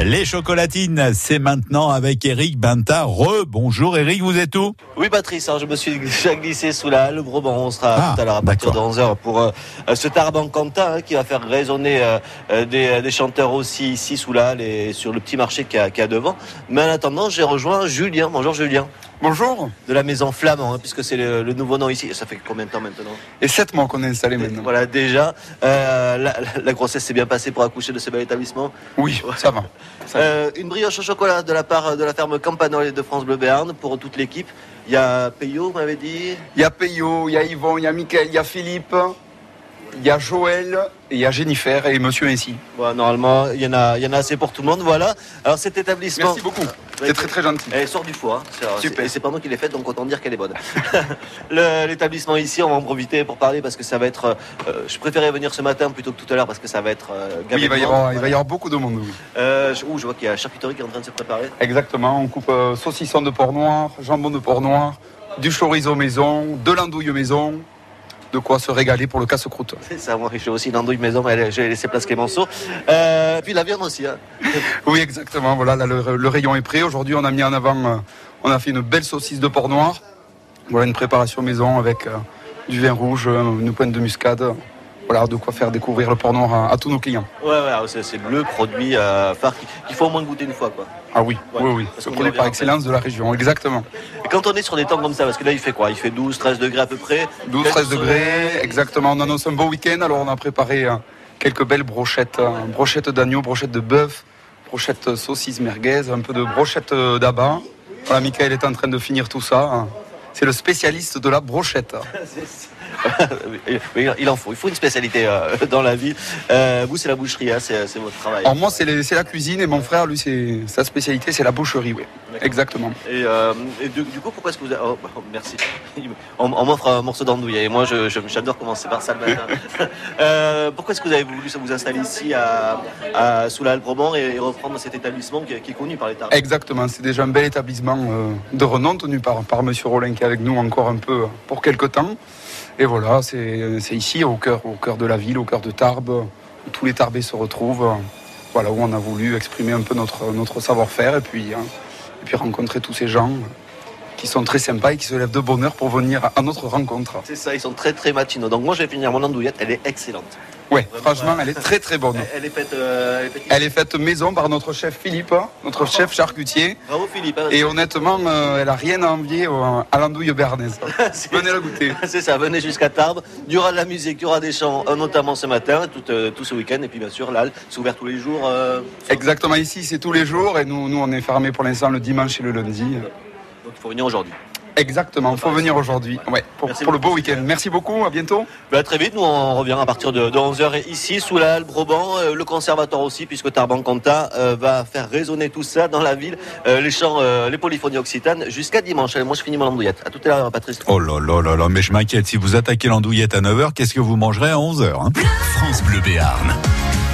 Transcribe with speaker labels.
Speaker 1: Les chocolatines, c'est maintenant avec Eric Bintard. Bonjour Eric, vous êtes où?
Speaker 2: Oui Patrice, je me suis déjà glissé sous la halle Brobant. On sera tout à l'heure à partir de 11h pour ce Tarban-Quentin qui va faire résonner des chanteurs aussi ici sous la halle et sur le petit marché qu'il y a devant. Mais en attendant, j'ai rejoint Julien. Bonjour Julien.
Speaker 3: Bonjour.
Speaker 2: De la maison Flamand, puisque c'est le nouveau nom ici. Ça fait combien de temps maintenant?
Speaker 3: Et 7 mois qu'on est installé maintenant.
Speaker 2: Voilà, déjà. La grossesse s'est bien passée pour accoucher de ce bel établissement?
Speaker 3: Oui, ça va.
Speaker 2: Une brioche au chocolat de la part de la ferme Campanole de France Bleu Béarn pour toute l'équipe. Il y a Payot, vous m'avez dit?
Speaker 3: Il y a Payot, il y a Yvon, il y a Mickaël, il y a Philippe, il y a Joël, et il y a Jennifer et monsieur ainsi.
Speaker 2: Bon, normalement, il y en a assez pour tout le monde. Voilà. Alors cet établissement...
Speaker 3: Merci beaucoup. C'est très très gentil.
Speaker 2: Elle sort du foie.
Speaker 3: Super.
Speaker 2: Et c'est pas moi qui l'ai faite, donc autant dire qu'elle est bonne. L'établissement ici, on va en profiter pour parler parce que ça va être... je préférais venir ce matin plutôt que tout à l'heure parce que ça va être...
Speaker 3: oui, il va y avoir beaucoup de monde. Oui.
Speaker 2: Je vois qu'il y a la charcuterie qui est en train de se préparer.
Speaker 3: Exactement. On coupe saucisson de porc noir, jambon de porc noir, du chorizo maison, de l'andouille maison. De quoi se régaler pour le casse-croûte.
Speaker 2: C'est ça, moi je fais aussi l'andouille maison, mais j'ai laissé place Clémenceau. Puis la viande aussi. Hein.
Speaker 3: Oui, exactement. Voilà, là, le rayon est prêt. Aujourd'hui, on a mis en avant, on a fait une belle saucisse de porc noir. Voilà, une préparation maison avec du vin rouge, une pointe de muscade. Voilà, de quoi faire découvrir le porc noir à tous nos clients.
Speaker 2: Ouais, c'est le produit phare qu'il faut au moins goûter une fois, quoi.
Speaker 3: Ah oui, oui. C'est le produit par excellence de la région, exactement.
Speaker 2: Et quand on est sur des temps comme ça, parce que là il fait quoi? Il fait 12-13 degrés à peu près.
Speaker 3: 12-13 degrés, exactement. On annonce un beau week-end, alors on a préparé quelques belles brochettes. Brochettes d'agneau, brochettes de bœuf, brochettes saucisses merguez, un peu de brochettes d'abat. Voilà, Mickaël est en train de finir tout ça. C'est le spécialiste de la brochette.
Speaker 2: Oui, il faut une spécialité dans la vie. Vous, c'est la boucherie, hein, c'est votre travail.
Speaker 3: Alors moi, c'est la cuisine et mon frère, lui, sa spécialité, c'est la boucherie, oui. Exactement.
Speaker 2: Et du coup, pourquoi est-ce que vous avez... merci. On m'offre un morceau d'andouille et moi, j'adore commencer par ça le matin. Pourquoi est-ce que vous avez voulu vous installer ici sous la halle Brobant et reprendre cet établissement qui est connu par l'État?
Speaker 3: Exactement, c'est déjà un bel établissement de renom tenu par monsieur Rollin qui est avec nous encore un peu pour quelques temps. Et voilà, c'est ici, au cœur de la ville, au cœur de Tarbes, où tous les Tarbais se retrouvent. Voilà, où on a voulu exprimer un peu notre savoir-faire et puis rencontrer tous ces gens qui sont très sympas et qui se lèvent de bonne heure pour venir à notre rencontre.
Speaker 2: C'est ça, ils sont très très matinaux. Donc moi, je vais finir mon andouillette, elle est excellente.
Speaker 3: Ouais, franchement, elle est très très bonne. Elle est faite maison par notre chef Philippe, notre chef charcutier.
Speaker 2: Bravo Philippe.
Speaker 3: Et honnêtement, elle n'a rien à envier à l'andouille béarnaise. Venez la goûter.
Speaker 2: C'est ça, venez jusqu'à Tarbes. Il y aura de la musique, il y aura des chants, notamment ce matin, tout ce week-end. Et puis bien sûr, là, c'est ouvert tous les jours.
Speaker 3: Exactement, ici c'est tous les jours. Et nous on est fermé pour l'instant le dimanche et le lundi.
Speaker 2: Donc il faut venir aujourd'hui.
Speaker 3: Exactement, il faut venir aujourd'hui pour le beau week-end. Merci beaucoup, à bientôt.
Speaker 2: Très vite, nous on revient à partir de 11h ici sous la halle Brobant, le conservatoire aussi, puisque Tarban-Quentin va faire résonner tout ça dans la ville, les chants, les polyphonies occitanes jusqu'à dimanche. Moi je finis mon andouillette. À tout à l'heure Patrice.
Speaker 1: Oh là, mais je m'inquiète, si vous attaquez l'andouillette à 9h, qu'est-ce que vous mangerez à 11h?
Speaker 4: France Bleu Béarn.